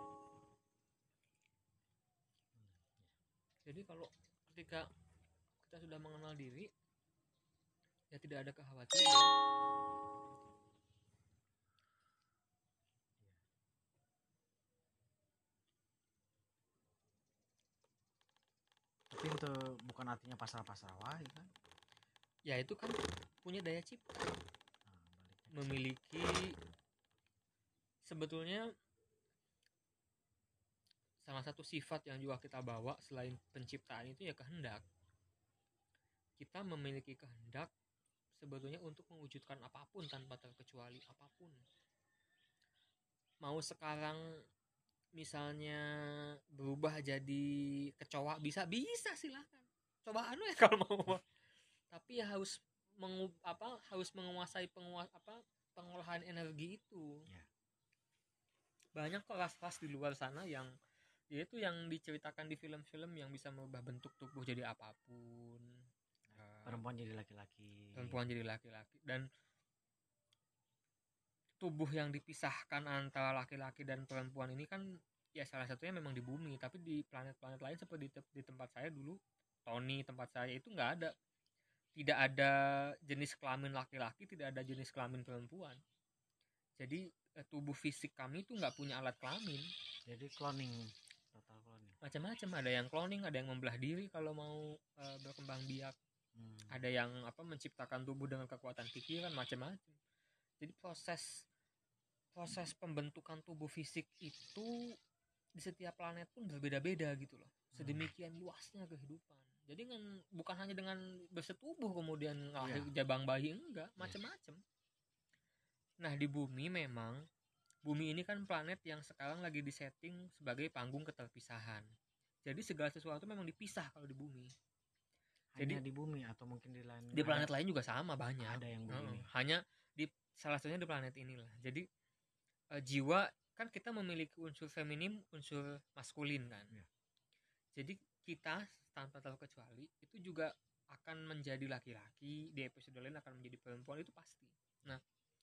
Jadi kalau ketika kita sudah mengenal diri, ya tidak ada kekhawatiran. Tapi itu bukan artinya pasrah-pasrah wae kan. Ya itu kan punya daya cipta. Baliknya Memiliki sebetulnya salah satu sifat yang juga kita bawa selain penciptaan itu ya kehendak. Kita memiliki kehendak sebetulnya untuk mewujudkan apapun tanpa terkecuali apapun. Mau sekarang misalnya berubah jadi kecoa bisa silahkan. Cobaan ya kalau mau. Tapi ya harus menguasai pengolahan energi itu. Ya. Banyak kok ras-ras di luar sana yang yaitu yang diceritakan di film-film yang bisa merubah bentuk tubuh jadi apapun. Perempuan jadi laki-laki. Dan tubuh yang dipisahkan antara laki-laki dan perempuan ini kan ya salah satunya memang di bumi, tapi di planet-planet lain seperti di tempat saya dulu, Tony tempat saya itu tidak ada jenis kelamin laki-laki, tidak ada jenis kelamin perempuan. Jadi tubuh fisik kami itu nggak punya alat kelamin. Jadi cloning, total cloning. Macam-macam, ada yang cloning, ada yang membelah diri kalau mau berkembang biak. Ada yang menciptakan tubuh dengan kekuatan pikiran, macam-macam. Jadi proses pembentukan tubuh fisik itu di setiap planet pun berbeda-beda gitu loh. Sedemikian luasnya kehidupan. Jadi bukan hanya dengan bersetubuh kemudian lahir jabang bayi, enggak, macam-macam. Nah di bumi memang, bumi ini kan planet yang sekarang lagi disetting sebagai panggung keterpisahan. Jadi segala sesuatu memang dipisah kalau di bumi. Hanya di bumi atau mungkin di lain? Di planet lain juga sama, banyak. Ada yang begini. Hanya di salah satunya di planet inilah. Jadi jiwa kan kita memiliki unsur feminim, unsur maskulin kan. Ya. Jadi kita tanpa terkecuali itu juga akan menjadi laki-laki, di episode lain akan menjadi perempuan, itu pasti. Nah,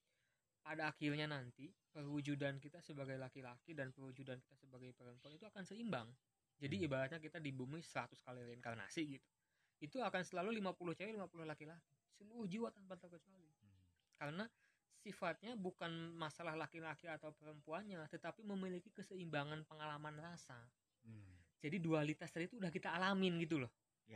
pada akhirnya nanti perwujudan kita sebagai laki-laki dan perwujudan kita sebagai perempuan itu akan seimbang. Jadi ibaratnya kita di bumi 100 kali reinkarnasi gitu. Itu akan selalu 50 cewek, 50 laki-laki. Seluruh jiwa tanpa terkecuali. Karena sifatnya bukan masalah laki-laki atau perempuannya, tetapi memiliki keseimbangan pengalaman rasa. Jadi dualitas tadi itu udah kita alamin gitu loh.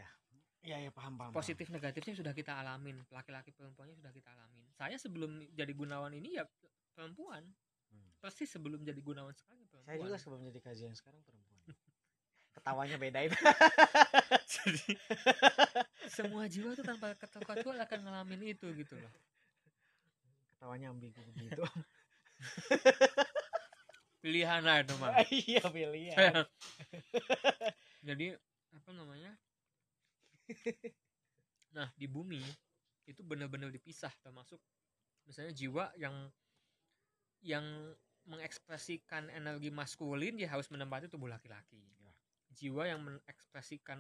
Ya paham. Positif negatifnya sudah kita alamin, laki-laki perempuannya sudah kita alamin. Saya sebelum jadi Gunawan ini ya perempuan. Persis sebelum jadi Gunawan sekarang perempuan. Saya juga sebelum jadi kajian sekarang perempuan. Ketawanya beda itu. Jadi semua jiwa tuh tanpa keterkecuali akan ngalamin itu gitu loh. Ketawanya ambigu begitu. Pilihan lah itu mah. Iya pilihan. Jadi apa namanya? Nah di bumi itu benar-benar dipisah, termasuk misalnya jiwa yang mengekspresikan energi maskulin dia harus menempati tubuh laki-laki. Jiwa yang mengekspresikan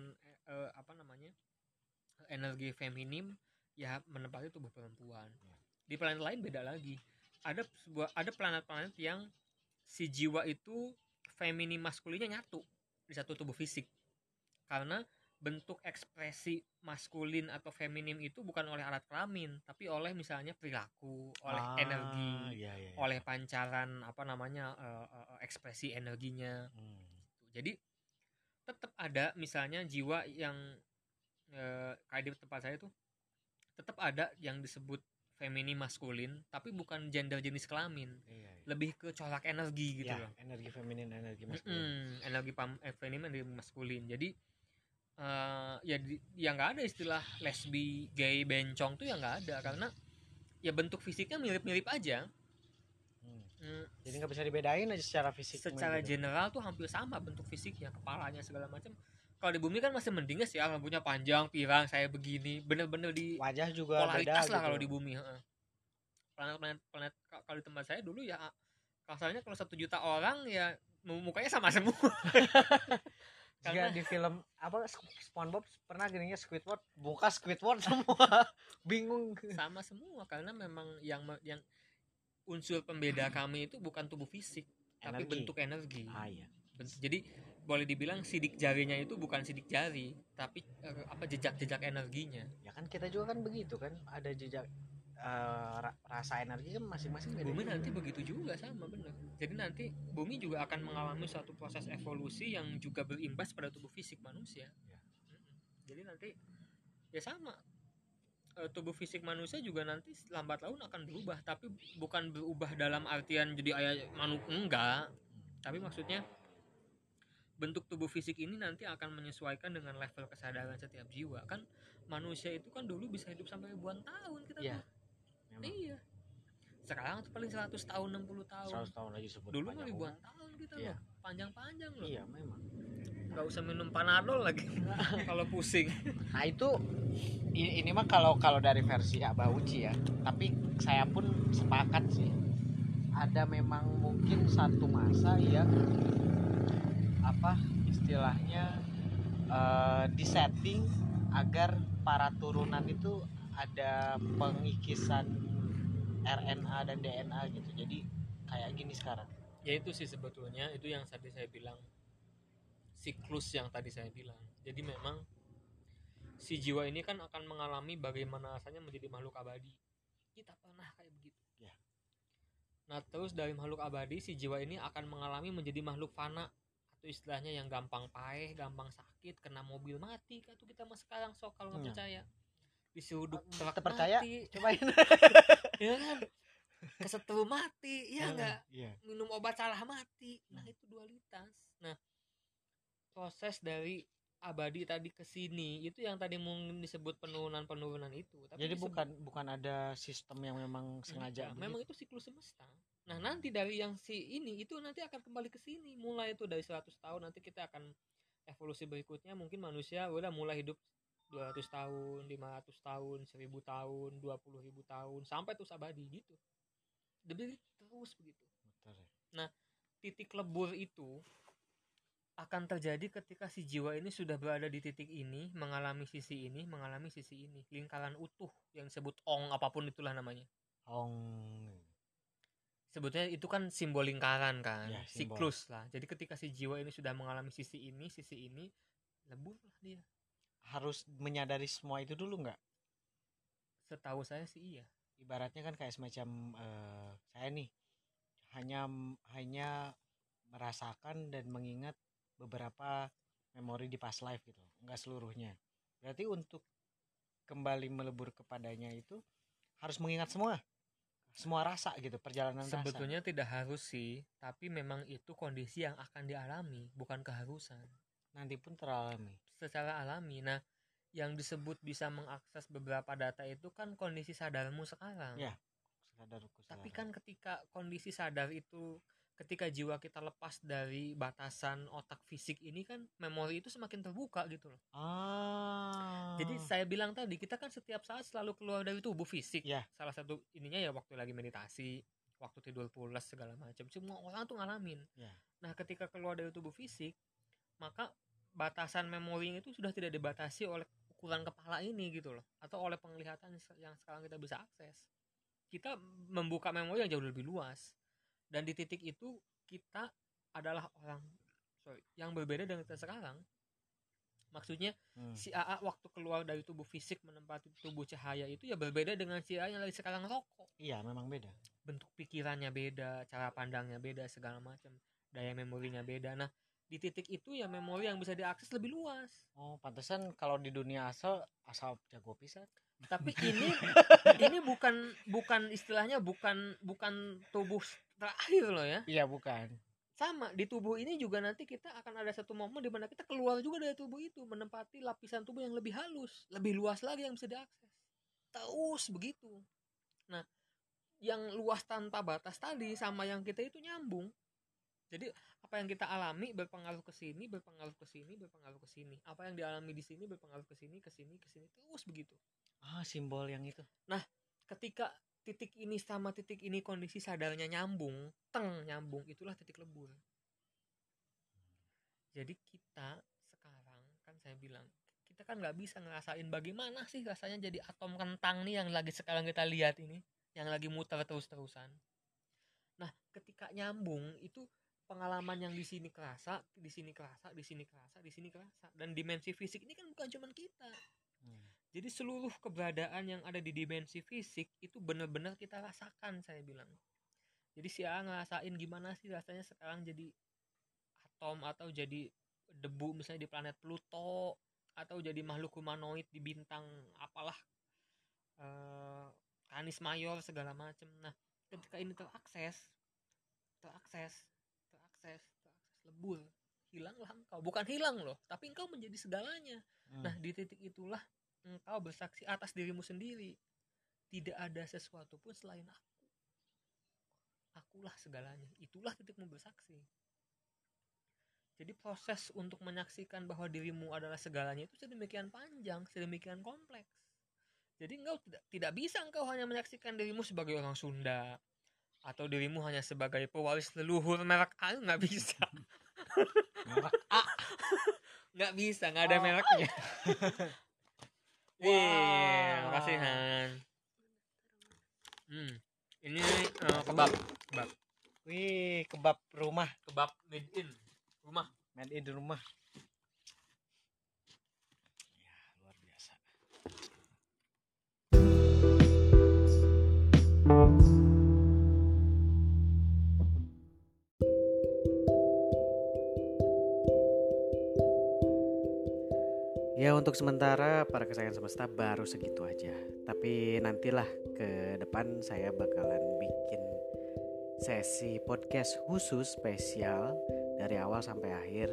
energi feminim ya menempati tubuh perempuan. Di planet lain beda lagi. Ada planet-planet yang si jiwa itu feminim maskulinnya nyatu di satu tubuh fisik. Karena bentuk ekspresi maskulin atau feminim itu bukan oleh alat kelamin, tapi oleh misalnya perilaku, oleh energi, oleh pancaran ekspresi energinya. Jadi tetap ada misalnya jiwa yang kayak di tempat saya tuh tetap ada yang disebut feminim maskulin, tapi bukan gender jenis kelamin. Lebih ke corak energi gitu loh. Energi feminin, energi maskulin. Energi feminin, energi maskulin. Jadi ya nggak ada istilah lesbi, gay, bencong tuh ya nggak ada, karena ya bentuk fisiknya mirip-mirip aja. Jadi nggak bisa dibedain aja secara fisik. Secara general tuh hampir sama bentuk fisiknya, kepalanya segala macam. Kalau di bumi kan masih mending sih ya, rambutnya panjang, pirang, saya begini, bener-bener di wajah juga polaritas beda lah gitu. kalau di bumi. Planet kalau di tempat saya dulu ya, kasarnya kalau 1 juta orang ya mukanya sama semua. Karena di film apa SpongeBob pernah gininya Squidward, muka Squidward semua bingung. Sama semua karena memang yang unsur pembeda kami itu bukan tubuh fisik, tapi bentuk energi. Iya. Jadi boleh dibilang sidik jarinya itu bukan sidik jari, tapi jejak-jejak energinya. Ya kan kita juga kan begitu kan, ada jejak rasa energi kan masing-masing beda. Bumi nanti begitu juga sama benar. Jadi nanti bumi juga akan mengalami suatu proses evolusi yang juga berimbas pada tubuh fisik manusia. Ya. Jadi nanti ya sama, tubuh fisik manusia juga nanti lambat laun akan berubah, tapi bukan berubah dalam artian jadi enggak. Tapi maksudnya bentuk tubuh fisik ini nanti akan menyesuaikan dengan level kesadaran setiap jiwa. Kan manusia itu kan dulu bisa hidup sampai ribuan tahun kita tuh. Iya. Sekarang tuh paling 100 tahun, 60 tahun. 100 tahun aja sebut. Dulu mah ribuan tahun kita loh. Panjang-panjang loh. Iya, memang. Enggak usah minum Panadol lagi kalau pusing. Nah, itu ini mah kalau dari versi Abah Uci ya. Tapi saya pun sepakat sih. Ada memang mungkin satu masa yang apa istilahnya disetting agar para turunan itu ada pengikisan RNA dan DNA gitu. Jadi kayak gini sekarang. Ya itu sih sebetulnya itu yang tadi saya bilang, siklus yang tadi saya bilang. Jadi memang si jiwa ini kan akan mengalami bagaimana rasanya menjadi makhluk abadi. Kita pernah kayak begitu. Ya. Nah terus dari makhluk abadi si jiwa ini akan mengalami menjadi makhluk fana, atau istilahnya yang gampang paeh, gampang sakit, kena mobil mati. Itu kita mas sekarang sok kalau nggak percaya. Diseruduk truk mati, cobain. ya kan, kesetrum mati, ya enggak, minum obat salah mati. Nah itu dualitas. Nah proses dari abadi tadi ke sini itu yang tadi mungkin disebut penurunan itu. Tapi jadi bukan ada sistem yang memang sengaja. Memang itu siklus semesta. Nah nanti dari yang si ini itu nanti akan kembali ke sini. Mulai itu dari 100 tahun nanti kita akan evolusi berikutnya, mungkin manusia udah mulai hidup 200 tahun, 500 tahun, 1000 tahun, 20.000 tahun, sampai terus abadi gitu. Terus begitu. Nah, titik lebur itu akan terjadi ketika si jiwa ini sudah berada di titik ini, mengalami sisi ini, mengalami sisi ini. Lingkaran utuh yang disebut ong, apapun itulah namanya. Ong. Sebetulnya itu kan simbol lingkaran kan, ya, siklus lah. Jadi ketika si jiwa ini sudah mengalami sisi ini, lebur lah dia. Harus menyadari semua itu dulu nggak? Setahu saya sih iya. Ibaratnya kan kayak semacam saya nih hanya merasakan dan mengingat beberapa memori di past life gitu, nggak seluruhnya. Berarti untuk kembali melebur kepadanya itu harus mengingat semua rasa gitu, perjalanan sebetulnya rasa. Tidak harus sih, tapi memang itu kondisi yang akan dialami, bukan keharusan. Nanti pun teralami secara alami. Nah yang disebut bisa mengakses beberapa data itu kan kondisi sadarmu sekarang ya, tapi kan ketika kondisi sadar itu, ketika jiwa kita lepas dari batasan otak fisik ini kan memori itu semakin terbuka gitu loh. Jadi saya bilang tadi kita kan setiap saat selalu keluar dari tubuh fisik ya. Salah satu ininya ya waktu lagi meditasi, waktu tidur pulas segala macam, semua orang tuh ngalamin ya. Nah ketika keluar dari tubuh fisik, maka batasan memori itu sudah tidak dibatasi oleh ukuran kepala ini gitu loh, atau oleh penglihatan yang sekarang kita bisa akses. Kita membuka memori yang jauh lebih luas, dan di titik itu kita adalah orang yang berbeda dengan kita sekarang. Maksudnya si AA waktu keluar dari tubuh fisik menempati tubuh cahaya itu ya berbeda dengan si AA yang lagi sekarang rokok. Iya memang beda. Bentuk pikirannya beda, cara pandangnya beda, segala macam, daya memorinya beda. Nah di titik itu ya memori yang bisa diakses lebih luas. Oh, pantesan kalau di dunia asal jago pisan. Tapi ini bukan istilahnya bukan tubuh terakhir loh ya. Iya, bukan. Sama di tubuh ini juga nanti kita akan ada satu momen di mana kita keluar juga dari tubuh itu, menempati lapisan tubuh yang lebih halus, lebih luas lagi yang bisa diakses. Terus begitu. Nah, yang luas tanpa batas tadi sama yang kita itu nyambung. Jadi apa yang kita alami berpengaruh ke sini, berpengaruh ke sini, berpengaruh ke sini. Apa yang dialami di sini berpengaruh ke sini, ke sini, ke sini, terus begitu. Simbol yang itu. Nah, ketika titik ini sama titik ini kondisi sadarnya nyambung, nyambung, itulah titik lebur. Jadi kita sekarang kan saya bilang, kita kan nggak bisa ngerasain bagaimana sih rasanya jadi atom kentang nih yang lagi sekarang kita lihat ini, yang lagi muter terus-terusan. Nah, ketika nyambung itu pengalaman yang di sini kerasa, di sini kerasa, di sini kerasa, di sini kerasa. Dan dimensi fisik ini kan bukan cuma kita. Jadi seluruh keberadaan yang ada di dimensi fisik itu benar-benar kita rasakan, saya bilang. Jadi si A ngerasain gimana sih rasanya sekarang jadi atom atau jadi debu misalnya di planet Pluto, atau jadi makhluk humanoid di bintang apalah, Canis Major segala macam. Nah, ketika ini terakses lebur, hilanglah engkau. Bukan hilang loh, tapi engkau menjadi segalanya. Nah, di titik itulah engkau bersaksi atas dirimu sendiri. Tidak ada sesuatu pun selain aku. Akulah segalanya. Itulah titikmu bersaksi. Jadi proses untuk menyaksikan bahwa dirimu adalah segalanya itu sedemikian panjang, sedemikian kompleks. Jadi engkau tidak bisa engkau hanya menyaksikan dirimu sebagai orang Sunda, atau dirimu hanya sebagai pewaris leluhur merek A, nggak bisa. Merek A. Nggak bisa, nggak ada mereknya. Makasih Han. Ini kebab. Wih, kebab rumah. Kebab made in rumah. Made in rumah. Ya, luar biasa. Ya untuk sementara para kesayangan semesta baru segitu aja. Tapi nantilah ke depan saya bakalan bikin sesi podcast khusus spesial dari awal sampai akhir,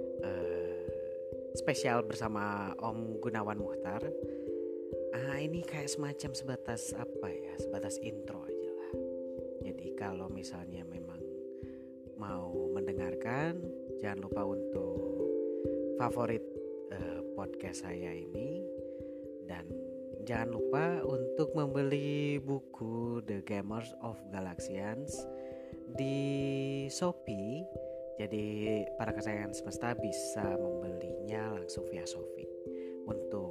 spesial bersama Om Gunawan Muhtar. Ini kayak semacam sebatas apa ya, sebatas intro aja lah. Jadi kalau misalnya memang mau mendengarkan, jangan lupa untuk favorit podcast saya ini, dan jangan lupa untuk membeli buku The Gamers of Galaxians di Shopee. Jadi para kesayangan semesta bisa membelinya langsung via Shopee. Untuk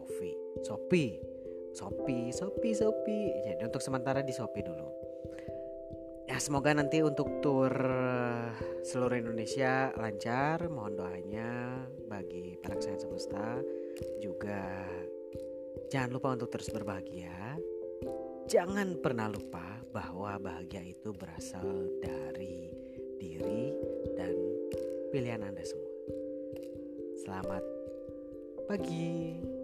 Shopee. Jadi untuk sementara di Shopee dulu. Ya semoga nanti untuk tur seluruh Indonesia lancar. Mohon doanya bagi para kesayangan semesta. Juga jangan lupa untuk terus berbahagia. Jangan pernah lupa bahwa bahagia itu berasal dari diri dan pilihan Anda semua. Selamat pagi.